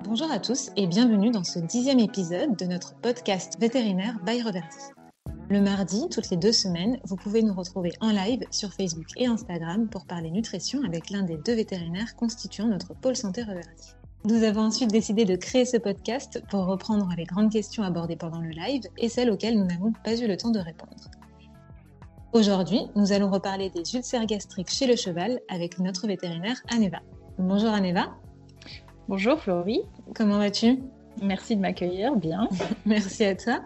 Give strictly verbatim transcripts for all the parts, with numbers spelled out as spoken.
Bonjour à tous et bienvenue dans ce dixième épisode de notre podcast vétérinaire by Reverdy. Le mardi, toutes les deux semaines, vous pouvez nous retrouver en live sur Facebook et Instagram pour parler nutrition avec l'un des deux vétérinaires constituant notre pôle santé Reverdy. Nous avons ensuite décidé de créer ce podcast pour reprendre les grandes questions abordées pendant le live et celles auxquelles nous n'avons pas eu le temps de répondre. Aujourd'hui, nous allons reparler des ulcères gastriques chez le cheval avec notre vétérinaire Aneva. Bonjour Aneva. Bonjour Florie. Comment vas-tu ? Merci de m'accueillir, bien. Merci à toi.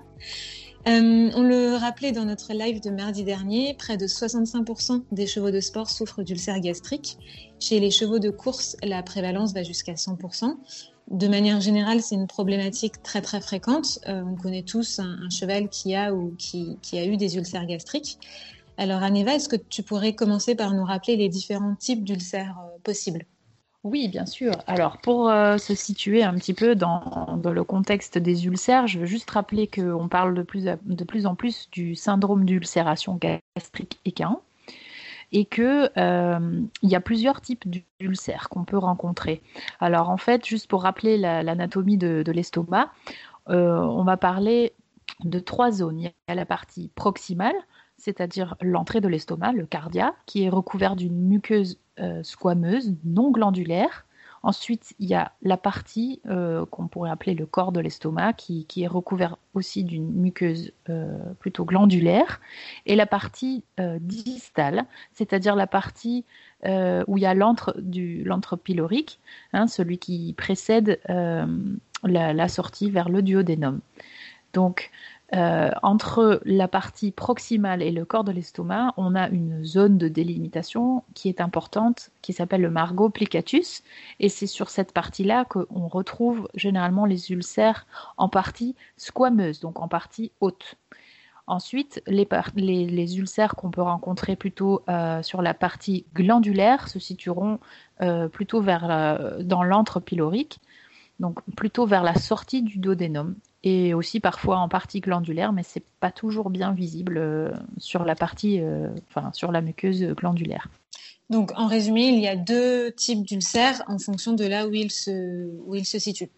Euh, on le rappelait dans notre live de mardi dernier, près de soixante-cinq pour cent des chevaux de sport souffrent d'ulcères gastriques. Chez les chevaux de course, la prévalence va jusqu'à cent pour cent. De manière générale, c'est une problématique très très fréquente. Euh, on connaît tous un, un cheval qui a ou qui, qui a eu des ulcères gastriques. Alors Aneva, est-ce que tu pourrais commencer par nous rappeler les différents types d'ulcères euh, possibles ? Oui, bien sûr. Alors, pour euh, se situer un petit peu dans, dans le contexte des ulcères, je veux juste rappeler qu'on parle de plus, à, de plus en plus du syndrome d'ulcération gastrique équin et qu'il euh, y a plusieurs types d'ulcères qu'on peut rencontrer. Alors, en fait, juste pour rappeler la, l'anatomie de, de l'estomac, euh, on va parler de trois zones. Il y a la partie proximale, c'est-à-dire l'entrée de l'estomac, le cardia, qui est recouvert d'une muqueuse euh, squameuse non glandulaire. Ensuite, il y a la partie euh, qu'on pourrait appeler le corps de l'estomac, qui, qui est recouvert aussi d'une muqueuse euh, plutôt glandulaire. Et la partie euh, distale, c'est-à-dire la partie euh, où il y a l'antre, du, l'antre pylorique, hein, celui qui précède euh, la, la sortie vers le duodénum. Donc, Euh, entre la partie proximale et le corps de l'estomac, on a une zone de délimitation qui est importante, qui s'appelle le margo plicatus, et c'est sur cette partie-là qu'on retrouve généralement les ulcères en partie squameuse, donc en partie haute. Ensuite, les, par- les, les ulcères qu'on peut rencontrer plutôt euh, sur la partie glandulaire se situeront euh, plutôt vers la- dans l'antre pylorique, donc plutôt vers la sortie du duodénum, et aussi parfois en partie glandulaire, mais c'est pas toujours bien visible euh, sur la partie, euh, enfin sur la muqueuse glandulaire. Donc, en résumé, il y a deux types d'ulcères en fonction de là où ils se, où ils se situent.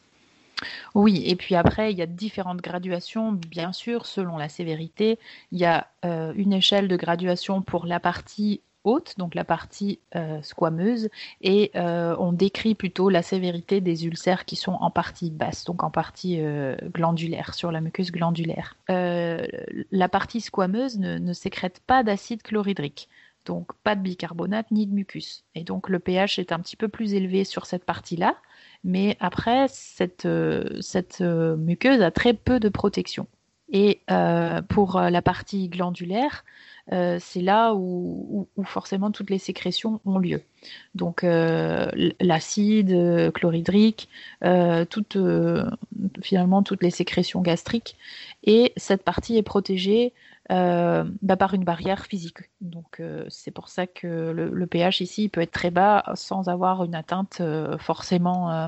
Oui, et puis après, il y a différentes graduations, bien sûr, selon la sévérité. Il y a euh, une échelle de graduation pour la partie haute, donc la partie euh, squameuse, et euh, on décrit plutôt la sévérité des ulcères qui sont en partie basse, donc en partie euh, glandulaire, sur la muqueuse glandulaire. Euh, la partie squameuse ne, ne sécrète pas d'acide chlorhydrique, donc pas de bicarbonate ni de mucus. Et donc le pH est un petit peu plus élevé sur cette partie-là, mais après, cette, euh, cette euh, muqueuse a très peu de protection. Et euh, pour la partie glandulaire, euh, c'est là où, où, où forcément toutes les sécrétions ont lieu. Donc euh, l'acide euh, chlorhydrique, euh, toute, euh, finalement toutes les sécrétions gastriques. Et cette partie est protégée euh, bah, par une barrière physique. Donc euh, c'est pour ça que le, le pH ici peut être très bas sans avoir une atteinte euh, forcément euh,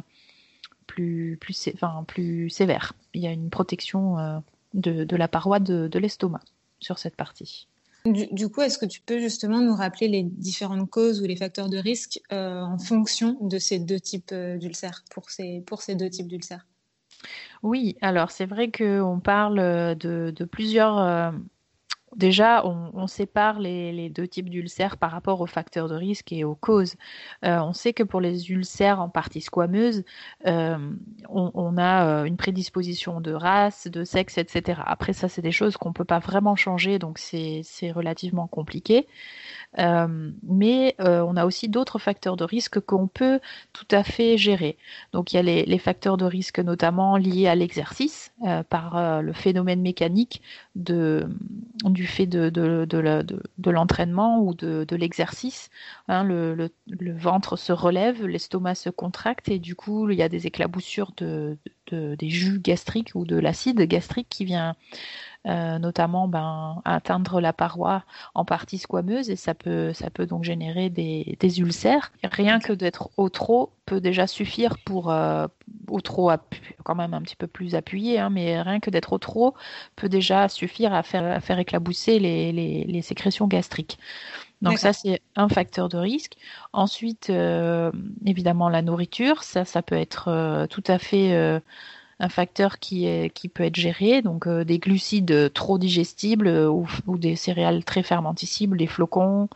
plus, plus, sé- enfin, plus sévère. Il y a une protection euh, de, de la paroi de, de l'estomac sur cette partie. Du, du coup, est-ce que tu peux justement nous rappeler les différentes causes ou les facteurs de risque euh, en fonction de ces deux types euh, d'ulcères, pour ces, pour ces deux types d'ulcères ? Oui, alors c'est vrai qu'on parle de, de plusieurs... euh, Déjà, on, on sépare les, les deux types d'ulcères par rapport aux facteurs de risque et aux causes. Euh, on sait que pour les ulcères en partie squameuse, euh, on, on a euh, une prédisposition de race, de sexe, et cetera. Après, ça, c'est des choses qu'on ne peut pas vraiment changer, donc c'est, c'est relativement compliqué. Euh, mais euh, on a aussi d'autres facteurs de risque qu'on peut tout à fait gérer. Donc il y a les, les facteurs de risque notamment liés à l'exercice euh, par euh, le phénomène mécanique de, du fait de, de, de, la, de, de l'entraînement ou de, de l'exercice. Hein, le, le, le ventre se relève, l'estomac se contracte et du coup il y a des éclaboussures de, de, des jus gastriques ou de l'acide gastrique qui vient euh, notamment ben, atteindre la paroi en partie squameuse et ça peut, ça peut donc générer des, des ulcères. Rien que d'être au trot peut déjà suffire pour, euh, au trot appu- quand même un petit peu plus appuyé, hein, mais rien que d'être au trot peut déjà suffire à faire, à faire éclabousser les, les, les sécrétions gastriques. Donc ça, c'est un facteur de risque. Ensuite, euh, évidemment, la nourriture, ça, ça peut être euh, tout à fait euh, un facteur qui, est, qui peut être géré. Donc euh, des glucides trop digestibles euh, ou, ou des céréales très fermentescibles, des flocons,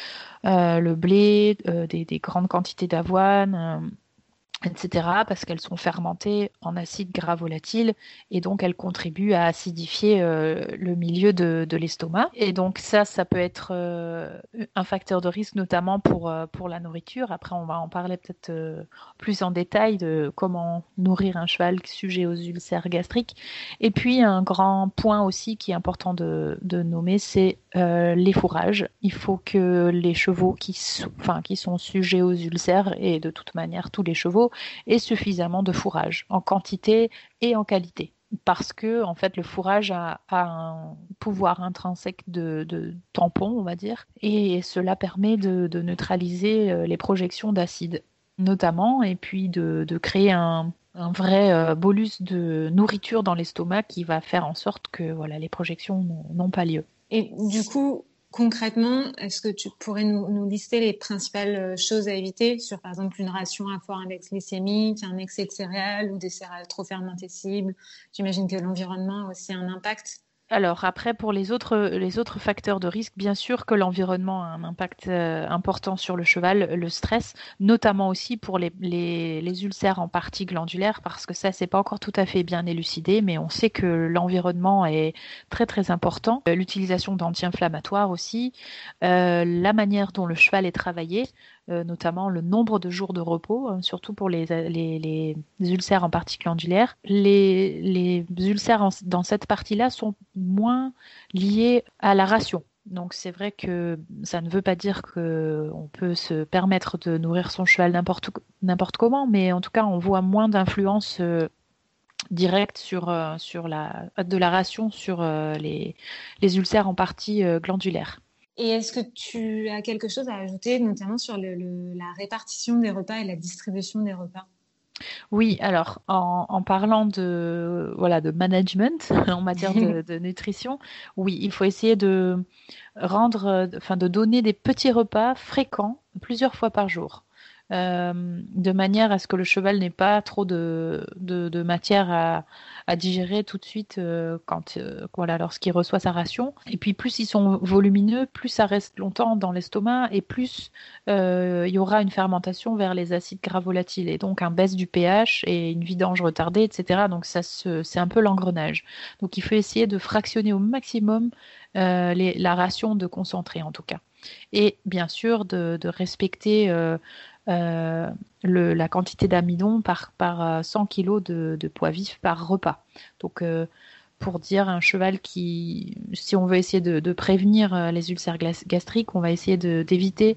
euh, le blé, euh, des, des grandes quantités d'avoine, euh, et cetera, parce qu'elles sont fermentées en acide gras volatile et donc elles contribuent à acidifier euh, le milieu de, de l'estomac. Et donc ça, ça peut être euh, un facteur de risque, notamment pour, euh, pour la nourriture. Après, on va en parler peut-être euh, plus en détail de comment nourrir un cheval sujet aux ulcères gastriques. Et puis, un grand point aussi qui est important de, de nommer, c'est euh, les fourrages. Il faut que les chevaux qui, so- enfin, qui sont sujets aux ulcères, et de toute manière tous les chevaux, et suffisamment de fourrage en quantité et en qualité. Parce que en fait, le fourrage a, a un pouvoir intrinsèque de, de tampon, on va dire, et cela permet de, de neutraliser les projections d'acide, notamment, et puis de, de créer un, un vrai euh, bolus de nourriture dans l'estomac qui va faire en sorte que voilà, les projections n'ont, n'ont pas lieu. Et du coup, concrètement, est-ce que tu pourrais nous, nous lister les principales choses à éviter sur, par exemple, une ration à fort index glycémique, un excès de céréales ou des céréales trop fermentescibles? J'imagine que l'environnement a aussi un impact. Alors après, pour les autres, les autres facteurs de risque, bien sûr que l'environnement a un impact euh, important sur le cheval, le stress, notamment aussi pour les, les, les ulcères en partie glandulaire, parce que ça, c'est pas encore tout à fait bien élucidé, mais on sait que l'environnement est très très important. Euh, L'utilisation d'anti-inflammatoires aussi, euh, la manière dont le cheval est travaillé, euh, notamment le nombre de jours de repos, hein, surtout pour les, les, les ulcères en partie glandulaire. Les, les ulcères en, dans cette partie-là sont moins liés à la ration. Donc c'est vrai que ça ne veut pas dire qu'on peut se permettre de nourrir son cheval n'importe, n'importe comment, mais en tout cas on voit moins d'influence euh, directe sur, euh, sur la, de la ration sur euh, les, les ulcères en partie euh, glandulaire. Et est-ce que tu as quelque chose à ajouter, notamment sur le, le, la répartition des repas et la distribution des repas? Oui, alors en, en parlant de, voilà, de management en matière de, de nutrition, oui, il faut essayer de rendre, euh, enfin de donner des petits repas fréquents plusieurs fois par jour. Euh, de manière à ce que le cheval n'ait pas trop de, de, de matière à, à digérer tout de suite euh, quand, euh, voilà, lorsqu'il reçoit sa ration. Et puis plus ils sont volumineux, plus ça reste longtemps dans l'estomac et plus euh, il y aura une fermentation vers les acides gras volatiles et donc un baisse du pH et une vidange retardée, et cetera. Donc ça se, c'est un peu l'engrenage. Donc il faut essayer de fractionner au maximum euh, les, la ration de concentré en tout cas. Et bien sûr de, de respecter euh, euh, le, la quantité d'amidon par, par cent kilos de, de poids vif par repas. Donc, euh, pour dire un cheval qui, si on veut essayer de, de prévenir les ulcères gastriques, on va essayer de, d'éviter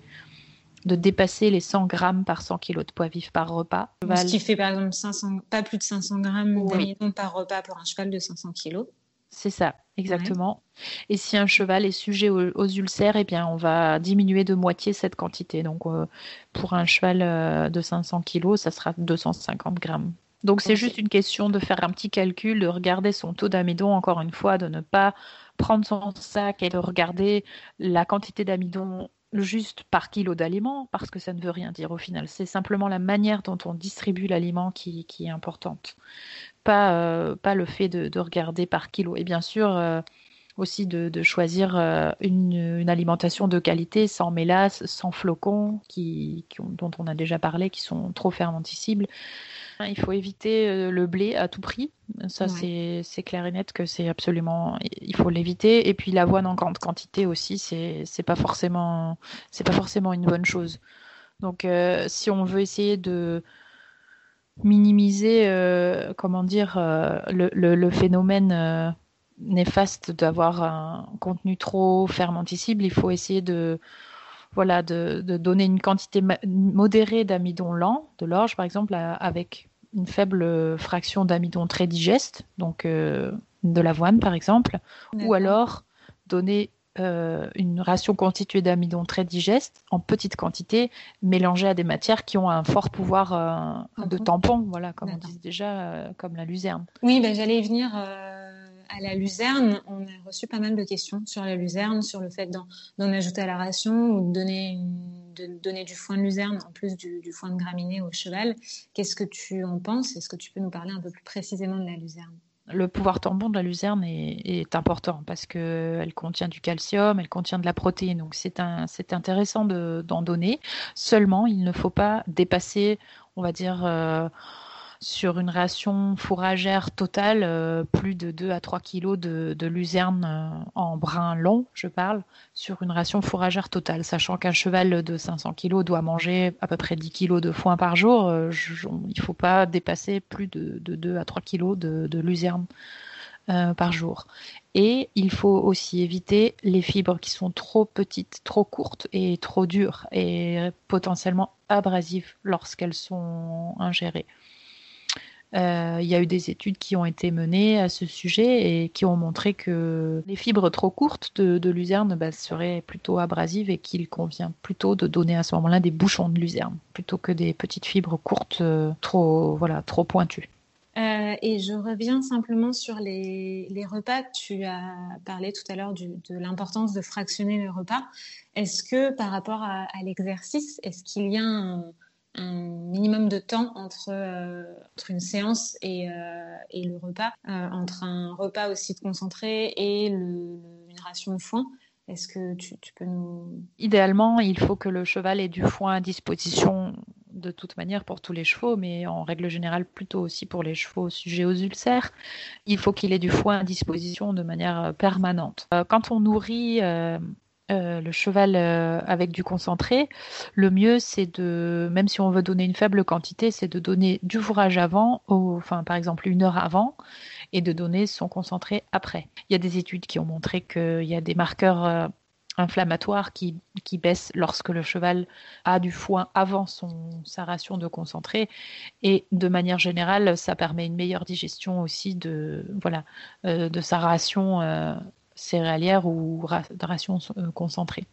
de dépasser les cent grammes par cent kilos de poids vif par repas. Ce qui fait par exemple cinq cents, pas plus de cinq cents grammes Oui. d'amidon par repas pour un cheval de cinq cents kilos. C'est ça, exactement. Ouais. Et si un cheval est sujet aux, aux ulcères, eh bien, on va diminuer de moitié cette quantité. Donc, euh, pour un cheval euh, de cinq cents kilos, ça sera deux cent cinquante grammes. Donc, c'est okay. Juste une question de faire un petit calcul, de regarder son taux d'amidon, encore une fois, de ne pas prendre son sac et de regarder la quantité d'amidon juste par kilo d'aliment, parce que ça ne veut rien dire au final. C'est simplement la manière dont on distribue l'aliment qui, qui est importante. Pas, euh, pas le fait de, de regarder par kilo. Et bien sûr, euh, aussi de, de choisir euh, une, une alimentation de qualité, sans mélasse, sans flocons, qui, qui ont, dont on a déjà parlé, qui sont trop fermentescibles. Il faut éviter euh, le blé à tout prix. Ça, ouais. c'est, c'est clair et net que c'est absolument... Il faut l'éviter. Et puis l'avoine en grande quantité aussi, c'est, c'est pas forcément, c'est pas forcément une bonne chose. Donc, euh, si on veut essayer de minimiser, euh, comment dire, euh, le, le, le phénomène euh, néfaste d'avoir un contenu trop fermentescible, il faut essayer de, voilà, de, de donner une quantité ma- modérée d'amidon lent, de l'orge par exemple, à, avec une faible fraction d'amidon très digeste, donc euh, de l'avoine par exemple, D'accord. Ou alors donner Euh, une ration constituée d'amidon très digeste en petite quantité mélangée à des matières qui ont un fort pouvoir euh, de tampon, voilà, comme D'accord. on dit déjà, euh, comme la luzerne. Oui, ben, j'allais y venir. Euh, à la luzerne, on a reçu pas mal de questions sur la luzerne, sur le fait d'en, d'en ajouter à la ration ou de donner, une, de donner du foin de luzerne en plus du, du foin de graminées au cheval. Qu'est-ce que tu en penses? Est-ce que tu peux nous parler un peu plus précisément de la luzerne? Le pouvoir tampon de la luzerne est, est important parce qu'elle contient du calcium, elle contient de la protéine, donc c'est, un, c'est intéressant de, d'en donner. Seulement, il ne faut pas dépasser, on va dire, euh, sur une ration fourragère totale, euh, plus de deux à trois kilos de, de luzerne euh, en brun long, je parle, sur une ration fourragère totale, sachant qu'un cheval de cinq cents kilos doit manger à peu près dix kilos de foin par jour. Euh, je, il ne faut pas dépasser plus de, de deux à trois kilos de, de luzerne euh, par jour. Et il faut aussi éviter les fibres qui sont trop petites, trop courtes et trop dures et potentiellement abrasives lorsqu'elles sont ingérées. Euh, il y a eu des études qui ont été menées à ce sujet et qui ont montré que les fibres trop courtes de, de luzerne bah, seraient plutôt abrasives et qu'il convient plutôt de donner à ce moment-là des bouchons de luzerne plutôt que des petites fibres courtes euh, trop, voilà, trop pointues. Euh, et je reviens simplement sur les, les repas. Tu as parlé tout à l'heure du, de l'importance de fractionner les repas. Est-ce que par rapport à, à l'exercice, est-ce qu'il y a un, un minimum de temps entre, euh, entre une séance et, euh, et le repas, euh, entre un repas aussi de concentré et le, une ration de foin? Est-ce que tu, tu peux nous... Idéalement, il faut que le cheval ait du foin à disposition de toute manière pour tous les chevaux, mais en règle générale plutôt aussi pour les chevaux sujets aux ulcères. Il faut qu'il ait du foin à disposition de manière permanente. Euh, quand on nourrit euh, euh, le cheval euh, avec du concentré, le mieux c'est de, même si on veut donner une faible quantité, c'est de donner du fourrage avant, au, enfin par exemple une heure avant, et de donner son concentré après. Il y a des études qui ont montré qu'il y a des marqueurs euh, inflammatoires qui, qui baissent lorsque le cheval a du foin avant son, sa ration de concentré. Et de manière générale, ça permet une meilleure digestion aussi de, voilà, euh, de sa ration euh, céréalière ou ra- de ration euh, concentrée.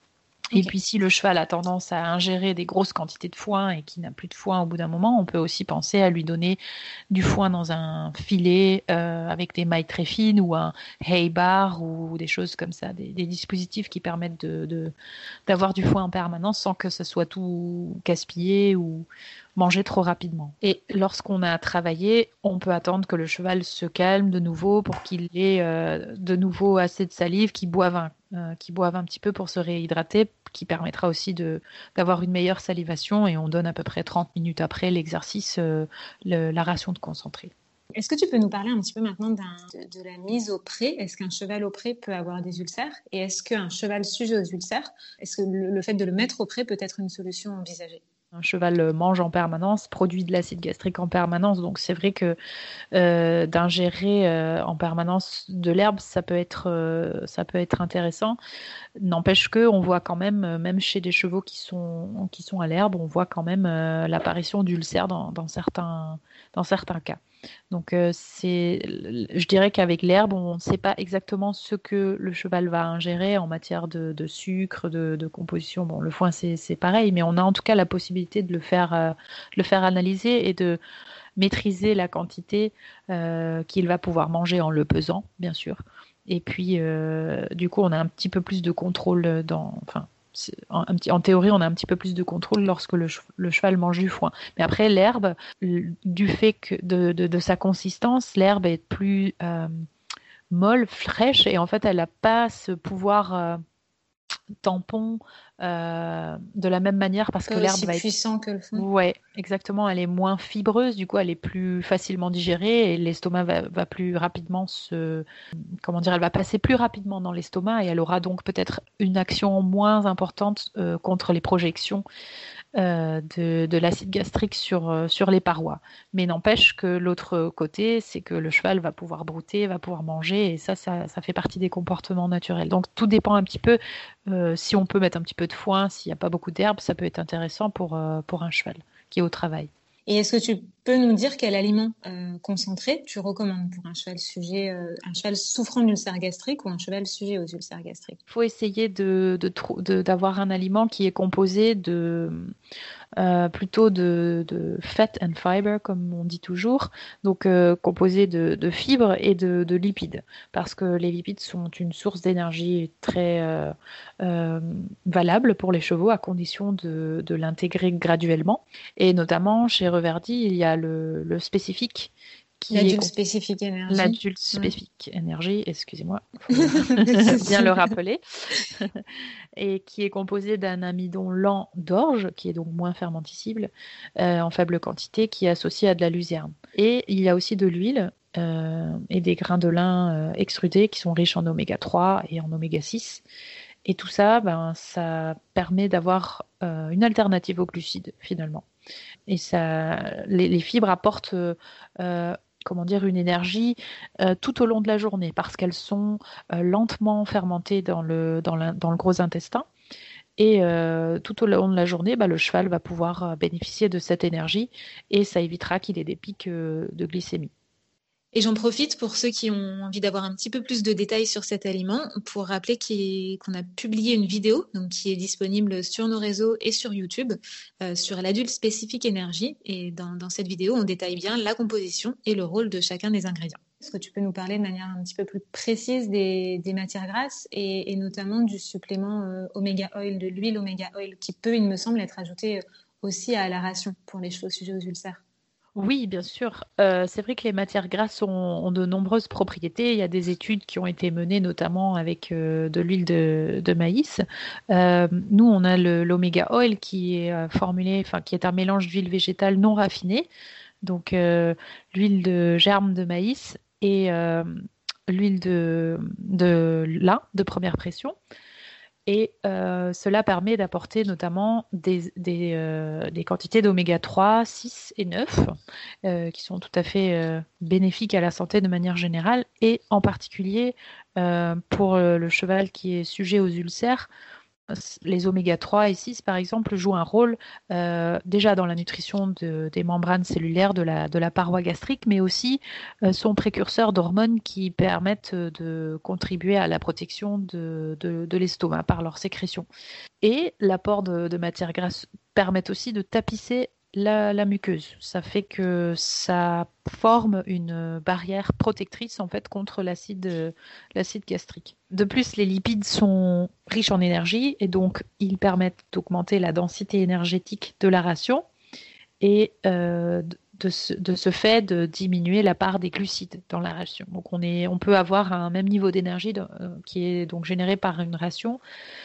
Et Ok. puis si le cheval a tendance à ingérer des grosses quantités de foin et qu'il n'a plus de foin au bout d'un moment, on peut aussi penser à lui donner du foin dans un filet euh, avec des mailles très fines ou un hay bar ou des choses comme ça, des, des dispositifs qui permettent de, de, d'avoir du foin en permanence sans que ce soit tout gaspillé ou manger trop rapidement. Et lorsqu'on a travaillé, on peut attendre que le cheval se calme de nouveau pour qu'il ait euh, de nouveau assez de salive, qu'il boive un, euh, qu'il boive un petit peu pour se réhydrater, qui permettra aussi de, d'avoir une meilleure salivation. Et on donne à peu près trente minutes après l'exercice euh, le, la ration de concentré. Est-ce que tu peux nous parler un petit peu maintenant d'un, de, de la mise au pré? Est-ce qu'un cheval au pré peut avoir des ulcères? Et est-ce qu'un cheval sujet aux ulcères, est-ce que le, le fait de le mettre au pré peut être une solution envisagée? Un cheval mange en permanence, produit de l'acide gastrique en permanence, donc c'est vrai que euh, d'ingérer euh, en permanence de l'herbe, ça peut être, euh, ça peut être intéressant. N'empêche que on voit quand même, même chez des chevaux qui sont, qui sont à l'herbe, on voit quand même euh, l'apparition d'ulcères dans, dans, certains, dans certains cas. Donc euh, c'est, je dirais qu'avec l'herbe, on ne sait pas exactement ce que le cheval va ingérer en matière de, de sucre, de, de composition. Bon, le foin c'est, c'est pareil, mais on a en tout cas la possibilité de le faire, euh, de le faire analyser et de maîtriser la quantité euh, qu'il va pouvoir manger en le pesant, bien sûr. Et puis, euh, du coup, on a un petit peu plus de contrôle dans, enfin, en, un petit, en théorie, on a un petit peu plus de contrôle lorsque le, le cheval mange du foin. Mais après, l'herbe, du fait que de, de, de sa consistance, l'herbe est plus euh, molle, fraîche, et en fait, elle n'a pas ce pouvoir euh, tampon euh, de la même manière parce que Pas l'herbe aussi va être... puissant que le fond? Ouais, exactement. Elle est moins fibreuse, du coup, elle est plus facilement digérée et l'estomac va, va plus rapidement se, comment dire, elle va passer plus rapidement dans l'estomac et elle aura donc peut-être une action moins importante euh, contre les projections euh, de, de l'acide gastrique sur, euh, sur les parois. Mais n'empêche que l'autre côté, c'est que le cheval va pouvoir brouter, va pouvoir manger et ça, ça, ça fait partie des comportements naturels. Donc tout dépend un petit peu, euh, si on peut mettre un petit peu de foin, s'il n'y a pas beaucoup d'herbe, ça peut être intéressant pour, euh, pour un cheval qui est au travail. Et est-ce que tu peux nous dire quel aliment euh, concentré tu recommandes pour un cheval sujet, euh, un cheval souffrant d'ulcère gastrique ou un cheval sujet aux ulcères gastriques? Il faut essayer de, de, de, d'avoir un aliment qui est composé de, euh, plutôt de, de fat and fiber, comme on dit toujours, donc euh, composé de, de fibres et de, de lipides, parce que les lipides sont une source d'énergie très euh, euh, valable pour les chevaux, à condition de, de l'intégrer graduellement. Et notamment, chez Reverdy, il y a le, le spécifique, qui est L'adulte spécifique énergie. l'adulte Ouais. spécifique énergie, excusez-moi, faut bien le rappeler, et qui est composé d'un amidon lent d'orge, qui est donc moins fermentescible, euh, en faible quantité, qui est associé à de la luzerne. Et il y a aussi de l'huile euh, et des grains de lin euh, extrudés qui sont riches en oméga trois et en oméga six. Et tout ça, ben, ça permet d'avoir euh, une alternative aux glucides, finalement. Et ça, les, les fibres apportent euh, comment dire, une énergie euh, tout au long de la journée, parce qu'elles sont euh, lentement fermentées dans le, dans, la, dans le gros intestin. Et euh, tout au long de la journée, bah, le cheval va pouvoir euh, bénéficier de cette énergie, et ça évitera qu'il ait des pics euh, de glycémie. Et j'en profite pour ceux qui ont envie d'avoir un petit peu plus de détails sur cet aliment, pour rappeler qu'il- qu'on a publié une vidéo donc, qui est disponible sur nos réseaux et sur YouTube euh, sur l'adulte spécifique énergie. Et dans, dans cette vidéo, on détaille bien la composition et le rôle de chacun des ingrédients. Est-ce que tu peux nous parler de manière un petit peu plus précise des, des matières grasses et, et notamment du supplément euh, Omega Oil, de l'huile Omega Oil, qui peut, il me semble, être ajoutée aussi à la ration pour les chevaux sujets aux ulcères? Oui, bien sûr. Euh, c'est vrai que les matières grasses ont, ont de nombreuses propriétés. Il y a des études qui ont été menées notamment avec euh, de l'huile de, de maïs. Euh, nous, on a le- l'oméga oil qui est euh, formulé, enfin qui est un mélange d'huile végétale non raffinée, donc euh, l'huile de germe de maïs et euh, l'huile de, de lin de première pression. Et euh, cela permet d'apporter notamment des, des, euh, des quantités d'oméga trois, six et neuf euh, qui sont tout à fait euh, bénéfiques à la santé de manière générale, et en particulier euh, pour euh, le cheval qui est sujet aux ulcères. Les oméga trois et six, par exemple, jouent un rôle euh, déjà dans la nutrition de, des membranes cellulaires de la, de la paroi gastrique, mais aussi euh, sont précurseurs d'hormones qui permettent de contribuer à la protection de, de, de l'estomac par leur sécrétion. Et l'apport de, de matières grasses permet aussi de tapisser la, la muqueuse. Ça fait que ça forme une barrière protectrice en fait contre l'acide, euh, l'acide gastrique. De plus, les lipides sont riches en énergie et donc ils permettent d'augmenter la densité énergétique de la ration, et euh, de, ce, de ce fait de diminuer la part des glucides dans la ration. Donc on, est, on peut avoir un même niveau d'énergie de, euh, qui est donc généré par une ration,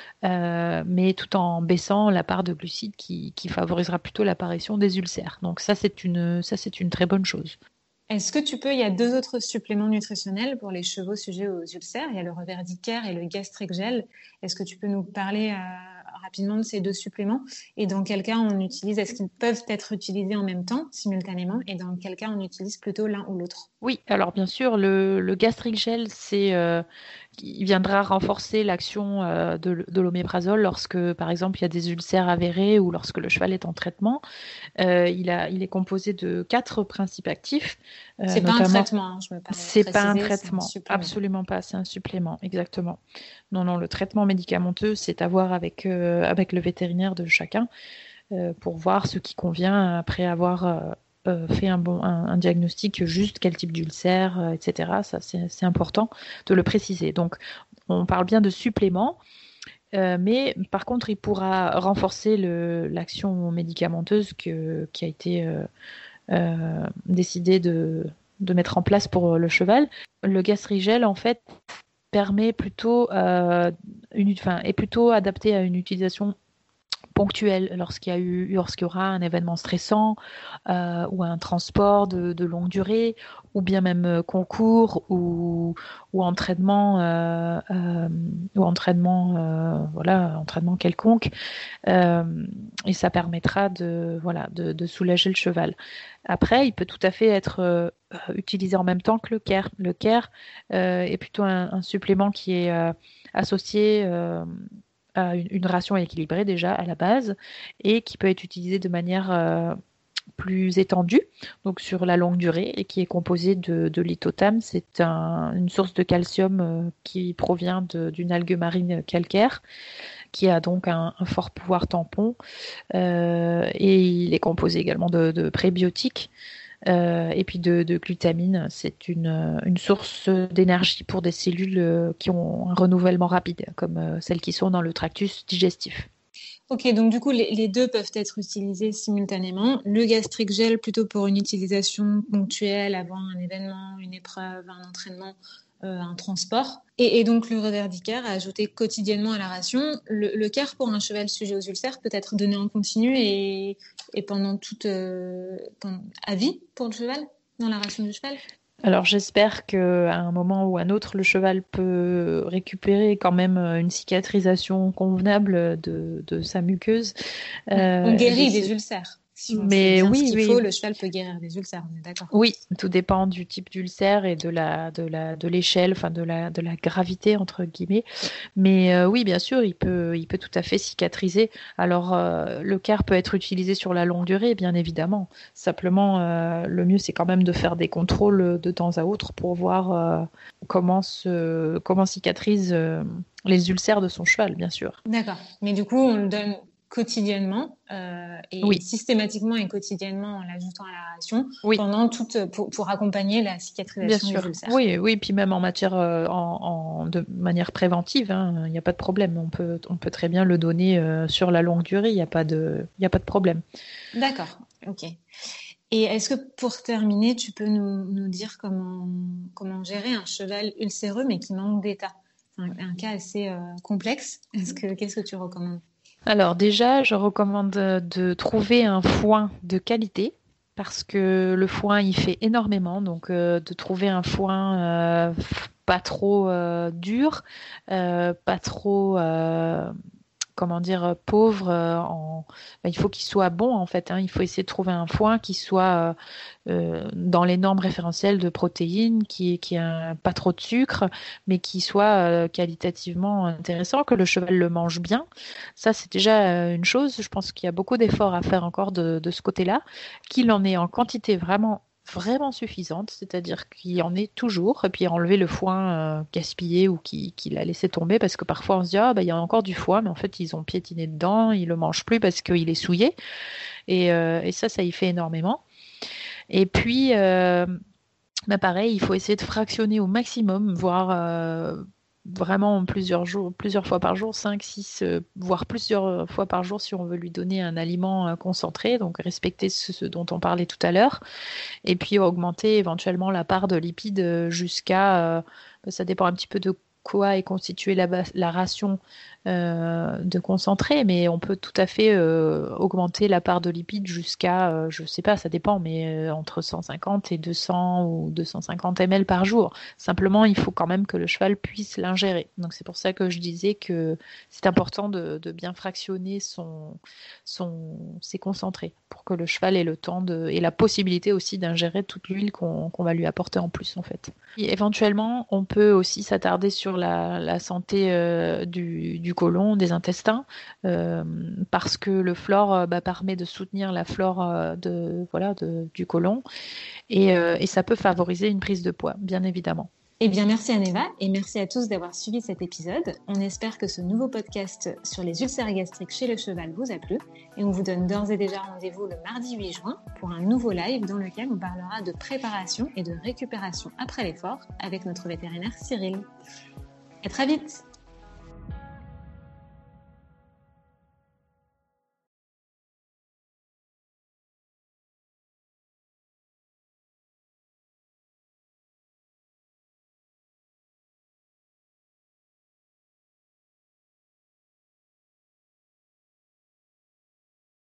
euh, mais tout en baissant la part de glucides qui, qui favorisera plutôt l'apparition des ulcères. Donc ça, c'est une, ça, c'est une très bonne chose. Est-ce que tu peux, il y a deux autres suppléments nutritionnels pour les chevaux sujets aux ulcères. Il y a le Reverdy-Care et le Gastric Gel. Est-ce que tu peux nous parler euh, rapidement de ces deux suppléments et dans quel cas on utilise, est-ce qu'ils peuvent être utilisés en même temps, simultanément, et dans quel cas on utilise plutôt l'un ou l'autre? Oui, alors bien sûr, le, le gastric gel, c'est, euh, il viendra renforcer l'action euh, de, de l'oméprazole lorsque, par exemple, il y a des ulcères avérés ou lorsque le cheval est en traitement. Euh, il a, il est composé de quatre principes actifs, euh, C'est pas un notamment. traitement, hein, je me permets de C'est pas un préciser, c'est un traitement, supplément. absolument pas, c'est un supplément, exactement. Non, non, le traitement médicamenteux, c'est à voir avec, euh, avec le vétérinaire de chacun euh, pour voir ce qui convient après avoir euh, euh, fait un, bon, un, un diagnostic juste, quel type d'ulcère, euh, et cetera. Ça, c'est, c'est important de le préciser. Donc, on parle bien de supplément, euh, mais par contre, il pourra renforcer le, l'action médicamenteuse que, qui a été euh, euh, décidée de, de mettre en place pour le cheval. Le gastrigel, en fait, permet plutôt, euh, une, enfin, est plutôt adapté à une utilisation ponctuelle lorsqu'il y a eu, lorsqu'il y aura un événement stressant euh, ou un transport de, de longue durée, ou bien même euh, concours ou, ou entraînement, euh, euh, ou entraînement, euh, voilà, entraînement quelconque, euh, et ça permettra de, voilà, de, de soulager le cheval. Après, il peut tout à fait être euh, utilisé en même temps que le care. Le care euh, est plutôt un, un supplément qui est euh, associé euh, à une, une ration équilibrée déjà à la base, et qui peut être utilisé de manière euh, plus étendue, donc sur la longue durée, et qui est composé de, de lithotame. C'est un, une source de calcium euh, qui provient de, d'une algue marine calcaire, qui a donc un, un fort pouvoir tampon euh, et il est composé également de, de prébiotiques euh, et puis de, de glutamine. C'est une, une source d'énergie pour des cellules qui ont un renouvellement rapide, comme celles qui sont dans le tractus digestif. Ok, donc du coup, les, les deux peuvent être utilisés simultanément. Le gastric gel plutôt pour une utilisation ponctuelle avant un événement, une épreuve, un entraînement, euh, un transport. Et, et donc le Reverdicare à ajouter quotidiennement à la ration. Le, le care pour un cheval sujet aux ulcères peut être donné en continu et, et pendant toute euh, pendant, à vie pour le cheval, dans la ration du cheval. Alors j'espère qu'à un moment ou à un autre, le cheval peut récupérer quand même une cicatrisation convenable de, de sa muqueuse. Euh, on guérit des ulcères. Si on mais fait bien oui, ce qu'il oui. faut, le cheval peut guérir des ulcères, on est d'accord. Oui, tout dépend du type d'ulcère et de la de la de l'échelle, enfin de la de la gravité entre guillemets. Mais euh, oui, bien sûr, il peut il peut tout à fait cicatriser. Alors euh, le care peut être utilisé sur la longue durée, bien évidemment. Simplement, euh, le mieux c'est quand même de faire des contrôles de temps à autre pour voir euh, comment se comment cicatrisent euh, les ulcères de son cheval, bien sûr. D'accord. Mais du coup, on le donne quotidiennement euh, et oui. systématiquement et quotidiennement en l'ajoutant à la ration oui. pendant toute pour, pour accompagner la cicatrisation Bien des ulcères. Oui, oui, puis même en matière euh, en, en de manière préventive, il hein, n'y a pas de problème. On peut on peut très bien le donner euh, sur la longue durée. Il n'y a pas de il y a pas de problème. D'accord. Ok. Et est-ce que pour terminer, tu peux nous, nous dire comment comment gérer un cheval ulcéreux mais qui manque d'état? C'est un, un cas assez euh, complexe. Est-ce que qu'est-ce que tu recommandes? Alors déjà, je recommande de trouver un foin de qualité parce que le foin, il fait énormément. Donc euh, de trouver un foin euh, pas trop euh, dur, euh, pas trop... Euh, comment dire, pauvre. Euh, en... ben, il faut qu'il soit bon en fait. Hein. Il faut essayer de trouver un foin qui soit euh, euh, dans les normes référentielles de protéines, qui qui a pas trop de sucre, mais qui soit euh, qualitativement intéressant, que le cheval le mange bien. Ça c'est déjà euh, une chose. Je pense qu'il y a beaucoup d'efforts à faire encore de, de ce côté-là, qu'il en ait en quantité vraiment vraiment suffisante, c'est-à-dire qu'il y en ait toujours, et puis enlever le foin euh, gaspillé ou qu'il qui a laissé tomber, parce que parfois on se dit ah bah il y a encore du foin, mais en fait ils ont piétiné dedans, ils le mangent plus parce qu'il est souillé, et, euh, et ça ça y fait énormément. Et puis euh, bah pareil, il faut essayer de fractionner au maximum, voire euh, vraiment plusieurs jours, plusieurs fois par jour, cinq, six, euh, voire plusieurs fois par jour si on veut lui donner un aliment euh, concentré, donc respecter ce, ce dont on parlait tout à l'heure, et puis augmenter éventuellement la part de lipides jusqu'à, euh, ça dépend un petit peu de quoi est constituée la, la ration euh, de concentré, mais on peut tout à fait euh, augmenter la part de lipides jusqu'à, euh, je sais pas, ça dépend, mais euh, entre cent cinquante et deux cents ou deux cent cinquante millilitres par jour. Simplement, il faut quand même que le cheval puisse l'ingérer. Donc c'est pour ça que je disais que c'est important de, de bien fractionner son, son, ses concentrés pour que le cheval ait le temps de, et la possibilité aussi d'ingérer toute l'huile qu'on, qu'on va lui apporter en plus en fait. Et éventuellement, on peut aussi s'attarder sur la, la santé euh, du, du côlon, des intestins, euh, parce que le flore bah, permet de soutenir la flore euh, de, voilà, de, du côlon, et, euh, et ça peut favoriser une prise de poids, bien évidemment. Eh bien, merci Aneva et merci à tous d'avoir suivi cet épisode. On espère que ce nouveau podcast sur les ulcères gastriques chez le cheval vous a plu et on vous donne d'ores et déjà rendez-vous le mardi huit juin pour un nouveau live dans lequel on parlera de préparation et de récupération après l'effort avec notre vétérinaire Cyril. À très vite!